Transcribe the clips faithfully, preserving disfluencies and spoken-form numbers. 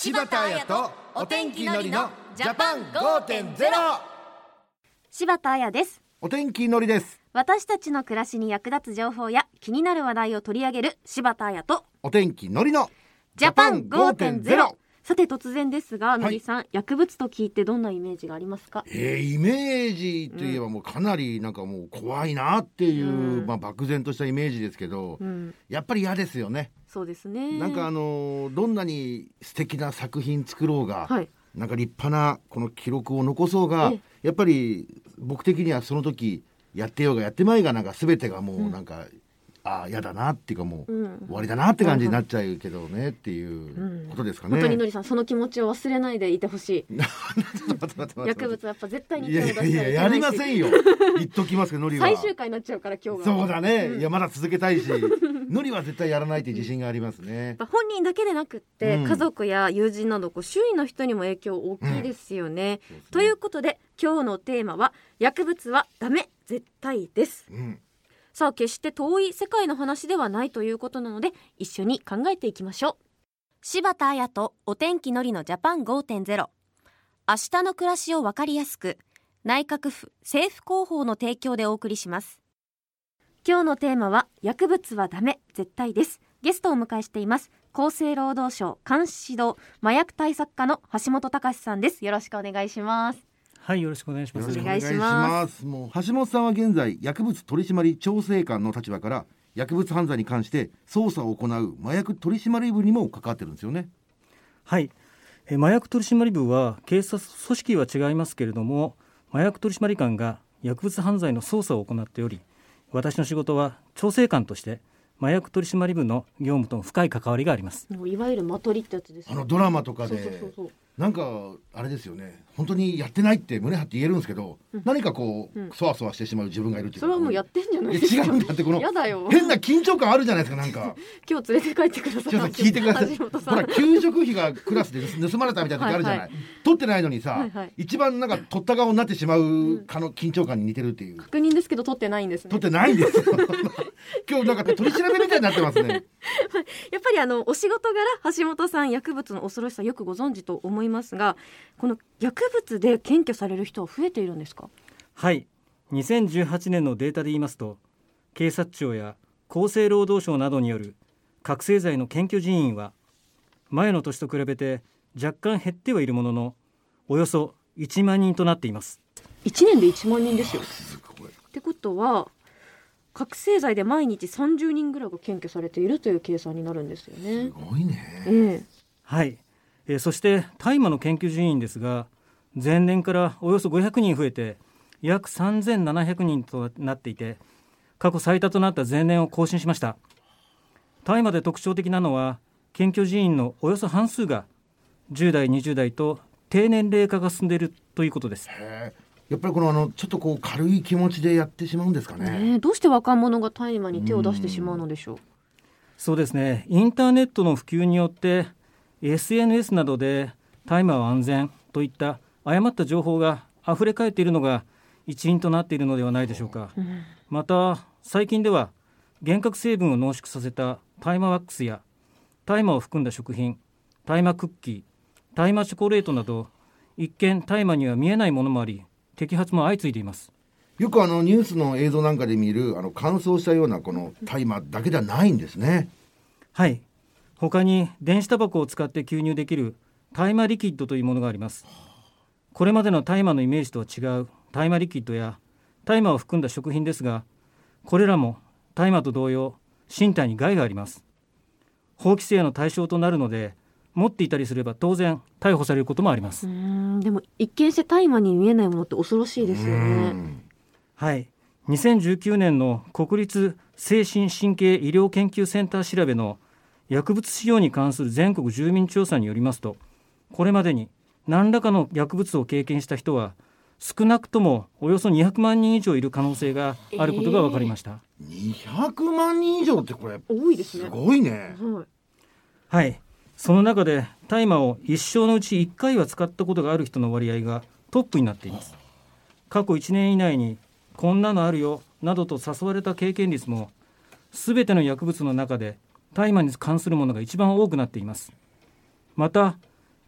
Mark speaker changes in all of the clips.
Speaker 1: 柴田彩とお天気のりのジャパン ごてんゼロ。
Speaker 2: 柴田彩です。
Speaker 3: お天気のりです。
Speaker 2: 私たちの暮らしに役立つ情報や気になる話題を取り上げる柴田彩と
Speaker 3: お天気のりの
Speaker 2: ジャパン ごてんゼロ。さて突然ですが、のりさん、
Speaker 3: はい、
Speaker 2: 薬物と聞いてどんなイメージがありますか？
Speaker 3: えー、イメージといえばもうかなりなんかもう怖いなっていう、うん、まあ、漠然としたイメージですけど、うん、やっぱり嫌ですよね。
Speaker 2: そうですね。
Speaker 3: なんかあのどんなに素敵な作品作ろうが、はい、なんか立派なこの記録を残そうが、やっぱり僕的にはその時やってようがやってまいがなんか全てがもうなんか、うん、ああ嫌だなっていうかもう、うん、終わりだなって感じになっちゃうけどねっていうことですかね、
Speaker 2: うん、本当にのりさんその気持ちを忘れないでいてほしい。薬物はやっぱ絶対に手を出したらいけないし。
Speaker 3: いやいややりませんよ言っときますけどのりは
Speaker 2: 最終回になっちゃうから今日
Speaker 3: は。そうだね、うん、いやまだ続けたいしのりは絶対やらないって自信がありますね。
Speaker 2: 本人だけでなくって、うん、家族や友人などこう周囲の人にも影響大きいですよね、うん、ということで今日のテーマは薬物はダメ絶対です、うん、さあ決して遠い世界の話ではないということなので一緒に考えていきましょう。柴田彩とお天気のりのジャパン ごてんゼロ。 明日の暮らしをわかりやすく、内閣府政府広報の提供でお送りします。今日のテーマは薬物はダメ絶対です。ゲストをお迎えしています。厚生労働省監視指導麻薬対策課の橋本隆さんです。よろしくお願いします。
Speaker 4: はい、よろしくお願いします。
Speaker 2: お願いします。
Speaker 3: もう橋本さんは現在薬物取締調整官の立場から薬物犯罪に関して捜査を行う麻薬取締部にも関わってるんですよね。
Speaker 4: はい、え麻薬取締部は警察組織は違いますけれども、麻薬取締官が薬物犯罪の捜査を行っており、私の仕事は調整官として麻薬取締部の業務との深い関わりがあります。
Speaker 2: いわゆるマトリってやつです、ね、
Speaker 3: あのドラマとかで
Speaker 2: そうそうそうそう、
Speaker 3: なんかあれですよね、本当にやってないって胸張って言えるんですけど、うん、何かこう、うん、そわそわしてしまう自分がいるっていう。
Speaker 2: それはもうやってんじゃないですか。
Speaker 3: 違うんだって、この
Speaker 2: やだよ
Speaker 3: 変な緊張感あるじゃないですか。なんか
Speaker 2: 今日連れて帰ってください。
Speaker 3: 聞いてください。ほら給食費がクラスで盗まれたみたいな時あるじゃない、はいはい、取ってないのにさ、はいはい、一番なんか取った側になってしまうかの緊張感に似てるっていう、うん、
Speaker 2: 確認ですけど取ってないんですね。
Speaker 3: 取ってないんですよ今日なんか取り調べみたいになってますね
Speaker 2: やっぱりあのお仕事柄橋本さん薬物の恐ろしさよくご存知と思いますが、この薬物で検挙される人は増えているんですか？
Speaker 4: はい、にせんじゅうはちねんのデータで言いますと、警察庁や厚生労働省などによる覚醒剤の検挙人員は前の年と比べて若干減ってはいるものの、およそいちまんにんとなっています。
Speaker 2: いちねんでいちまんにんですよ。すごい。ってことは覚醒剤で毎日さんじゅうにんぐらいが検挙されているという計算になるんですよね。
Speaker 3: すごいね、
Speaker 2: えー、
Speaker 4: はい、えー、そして大麻の検挙人員ですが、前年からおよそごひゃくにん増えて約さんぜんななひゃくにんとなっていて、過去最多となった前年を更新しました。大麻で特徴的なのは、検挙人員のおよそ半数がじゅうだいにじゅうだいと低年齢化が進んでいるということです。
Speaker 3: へー、やっぱりこのあのちょっとこう軽い気持ちでやってしまうんですかね。
Speaker 2: ね、どうして若者が大麻に手を出してしまうのでしょう。う
Speaker 4: そうですね、インターネットの普及によって エスエヌエス などで大麻は安全といった誤った情報があふれかえっているのが一因となっているのではないでしょうか、うん、また最近では幻覚成分を濃縮させた大麻ワックスや大麻を含んだ食品、大麻クッキー、大麻チョコレートなど一見大麻には見えないものもあり、摘発も相次いでいます。
Speaker 3: よくあのニュースの映像なんかで見るあの乾燥したようなこの大麻だけではないんですね。
Speaker 4: はい、他に電子タバコを使って吸入できる大麻リキッドというものがあります。これまでの大麻のイメージとは違う大麻リキッドや大麻を含んだ食品ですが、これらも大麻と同様身体に害があります。法規制の対象となるので、持っていたりすれば当然逮捕されることもあります。
Speaker 2: うーん、でも一見して大麻に見えないものって恐ろしいですよね。
Speaker 4: はい、にせんじゅうきゅうねんの国立精神神経医療研究センター調べの薬物使用に関する全国住民調査によりますと、これまでに何らかの薬物を経験した人は少なくともおよそにひゃくまんにん以上いる可能性があることが分かりました、
Speaker 3: えー、にひゃくまんにん以上ってこれ
Speaker 2: 多いですね。
Speaker 3: すごいね。
Speaker 2: はい、
Speaker 4: はい、その中で大麻を一生のうちいっかいは使ったことがある人の割合がトップになっています。過去いちねん以内にこんなのあるよなどと誘われた経験率もすべての薬物の中で大麻に関するものが一番多くなっています。また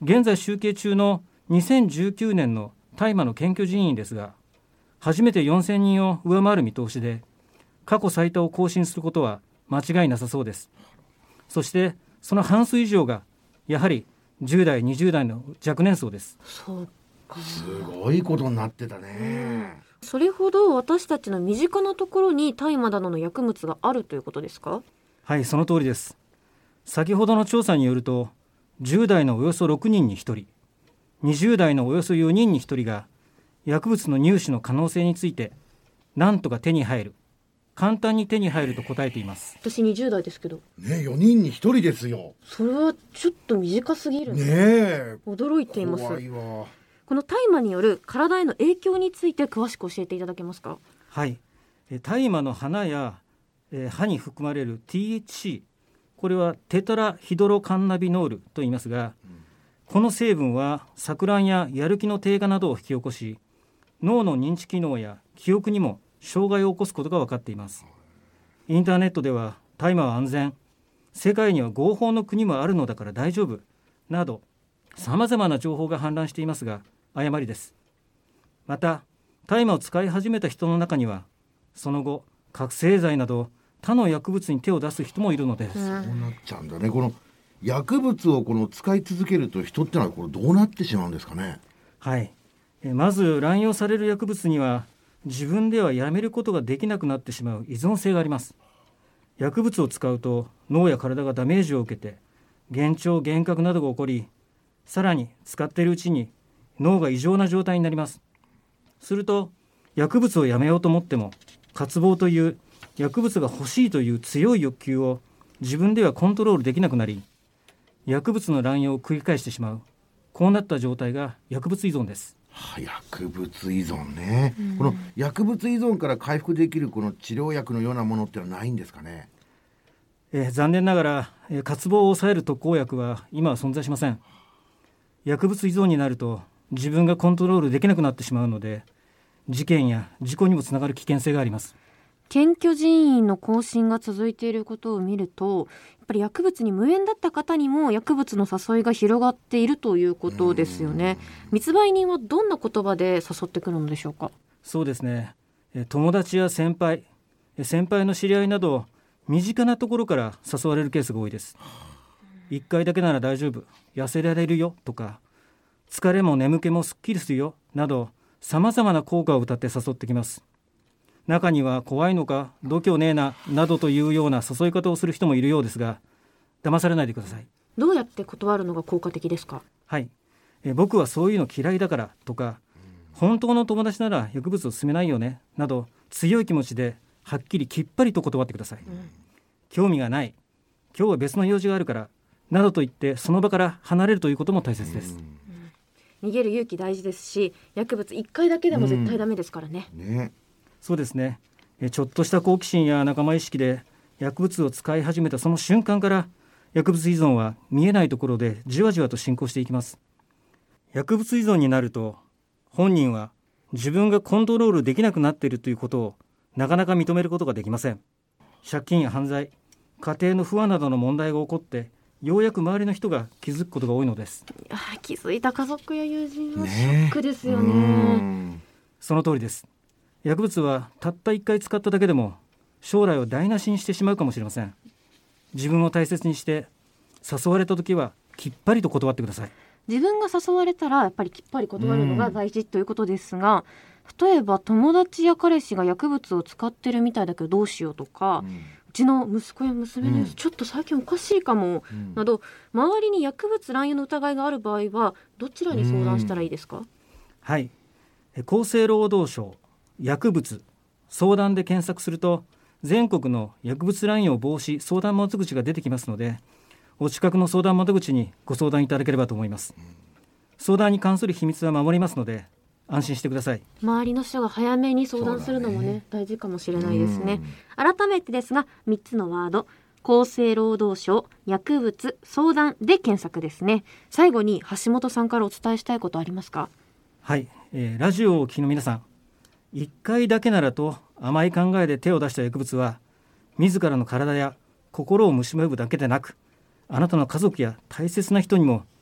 Speaker 4: 現在集計中のにせんじゅうきゅうねんの大麻の検挙人員ですが、初めてよんせんにんを上回る見通しで、過去最多を更新することは間違いなさそうです。そしてその半数以上がやはりじゅう代にじゅう代の若年層です。
Speaker 2: そうか、
Speaker 3: すごいことになってたね。
Speaker 2: それほど私たちの身近なところに大麻などの薬物があるということですか？
Speaker 4: はい、その通りです。先ほどの調査によると、じゅう代のおよそろくにんにひとり、にじゅう代のおよそよにんにひとりが薬物の入手の可能性について何とか手に入る、簡単に手に入ると答えています。
Speaker 2: 私にじゅう代ですけど
Speaker 3: ね、よにんにひとりですよ。
Speaker 2: それはちょっと短すぎる
Speaker 3: ねえ、
Speaker 2: 驚いています。
Speaker 3: 怖いわ。
Speaker 2: この大麻による体への影響について詳しく教えていただけますか？
Speaker 4: はい、大麻の花やえ葉に含まれる ティーエイチシー、 これはテトラヒドロカンナビノールと言いますが、うん、この成分は錯乱ややる気の低下などを引き起こし、脳の認知機能や記憶にも障害を起こすことが分かっています。インターネットでは大麻は安全、世界には合法の国もあるのだから大丈夫などさまざまな情報が氾濫していますが、誤りです。また大麻を使い始めた人の中には、その後覚醒剤など他の薬物に手を出す人もいるのです。
Speaker 3: そうなっちゃうんだね。この薬物をこの使い続けると人ってのはこれどうなってしまうんですかね？
Speaker 4: はい、まず乱用される薬物には自分ではやめることができなくなってしまう依存性があります。薬物を使うと脳や体がダメージを受けて幻聴幻覚などが起こり、さらに使っているうちに脳が異常な状態になります。すると薬物をやめようと思っても、渇望という薬物が欲しいという強い欲求を自分ではコントロールできなくなり、薬物の乱用を繰り返してしまう。こうなった状態が薬物依存です。
Speaker 3: はあ、薬物依存ね、うん、この薬物依存から回復できるこの治療薬のようなものってのはないんですかね？
Speaker 4: えー、残念ながら、えー、渇望を抑える特効薬は今は存在しません。薬物依存になると自分がコントロールできなくなってしまうので、事件や事故にもつながる危険性があります。
Speaker 2: 検挙人員の更新が続いていることを見ると、やっぱり薬物に無縁だった方にも薬物の誘いが広がっているということですよね。密売人はどんな言葉で誘ってくるのでしょうか？
Speaker 4: そうですね、友達や先輩先輩の知り合いなど身近なところから誘われるケースが多いです。いっかいだけなら大丈夫、痩せられるよとか、疲れも眠気もすっきりするよなど、さまざまな効果を謳って誘ってきます。中には怖いのか度胸ねえななどというような誘い方をする人もいるようですが、騙されないでください。
Speaker 2: どうやって断るのが効果的ですか？
Speaker 4: はい、え僕はそういうの嫌いだからとか、本当の友達なら薬物を勧めないよねなど、強い気持ちではっきりきっぱりと断ってください。うん、興味がない、今日は別の用事があるからなどと言ってその場から離れるということも大切です。
Speaker 2: うん、逃げる勇気大事ですし、薬物いっかいだけでも絶対ダメですからね。
Speaker 3: うんね、
Speaker 4: そうですね。えちょっとした好奇心や仲間意識で薬物を使い始めたその瞬間から、薬物依存は見えないところでじわじわと進行していきます。薬物依存になると本人は自分がコントロールできなくなっているということをなかなか認めることができません。借金や犯罪、家庭の不安などの問題が起こって、ようやく周りの人が気づくことが多いのです。
Speaker 2: いや、気づいた家族や友人はショックですよね。
Speaker 4: ね、その通りです。薬物はたったいっかい使っただけでも将来を台無しにしてしまうかもしれません。自分を大切にして誘われた時はきっぱりと断ってください。
Speaker 2: 自分が誘われたらやっぱりきっぱり断るのが大事ということですが、例えば友達や彼氏が薬物を使ってるみたいだけどどうしようとか、うん、うちの息子や娘のやつ、うん、ちょっと最近おかしいかも、うん、など周りに薬物乱用の疑いがある場合はどちらに相談したらいいですか？うん、
Speaker 4: はい、厚生労働省薬物相談で検索すると、全国の薬物乱用防止相談窓口が出てきますので、お近くの相談窓口にご相談いただければと思います。相談に関する秘密は守りますので安心してください。
Speaker 2: 周りの人が早めに相談するのも ね, ね大事かもしれないですね。改めてですがみっつのワード、厚生労働省薬物相談で検索ですね。最後に橋本さんからお伝えしたいことありますか？
Speaker 4: はい、えー、ラジオをお聞きの皆さん、いっかいだけならと甘い考えで手を出した薬物は、自らの体や心を蝕むだけでなく、あなたの家族や大切な人にも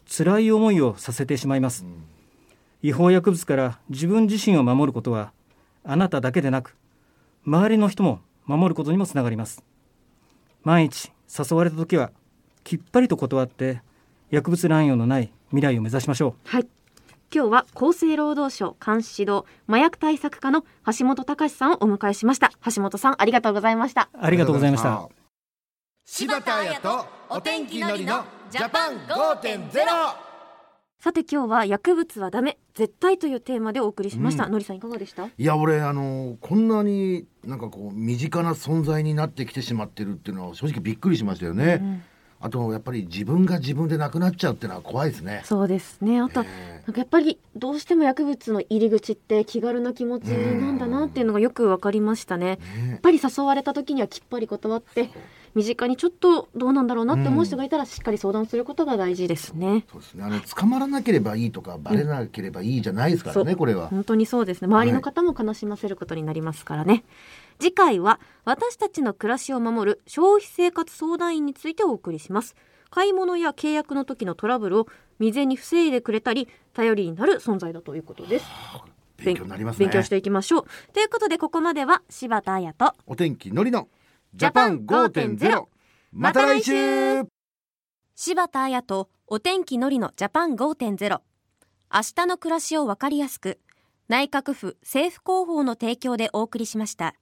Speaker 4: 辛い思いをさせてしまいます、うん、違法薬物から自分自身を守ることはあなただけでなく周りの人も守ることにもつながります。万一誘われた時はきっぱりと断って薬物乱用のない未来を目指しましょう。
Speaker 2: はい、今日は厚生労働省監視指導麻薬対策課の橋本隆さんをお迎えしました。橋本さん、ありがとうございました。
Speaker 4: ありがとうございました。
Speaker 1: 柴田彩とお天気のりのジャパン ごてんゼロ。
Speaker 2: さて今日は薬物はダメ絶対というテーマでお送りしました、うん、のりさんいかがでした？
Speaker 3: いや俺あのこんなになんかこう身近な存在になってきてしまってるっていうのは正直びっくりしましたよね、うん、あとやっぱり自分が自分でなくなっちゃうっていうのは怖いですね。
Speaker 2: そうですね。あと、えー、なんかやっぱりどうしても薬物の入り口って気軽な気持ちなんだなっていうのがよく分かりましたね、ねやっぱり誘われた時にはきっぱり断って身近にちょっとどうなんだろうなって思う人がいたらしっかり相談することが大事ですね、うん、
Speaker 3: そうですね。あの捕まらなければいいとかバレなければいいじゃないですからね、うん、これは
Speaker 2: 本当にそうですね。周りの方も悲しませることになりますからね、はい、次回は私たちの暮らしを守る消費生活相談員についてお送りします。買い物や契約の時のトラブルを未然に防いでくれたり頼りになる存在だということです。
Speaker 3: 勉強になりますね。
Speaker 2: 勉強していきましょう。ということでここまでは柴田彩と
Speaker 3: お天気のりのジャパン ごてんゼロ。 また来週。
Speaker 2: 柴田彩とお天気のりのジャパン ごてんゼロ。 明日の暮らしをわかりやすく内閣府政府広報の提供でお送りしました。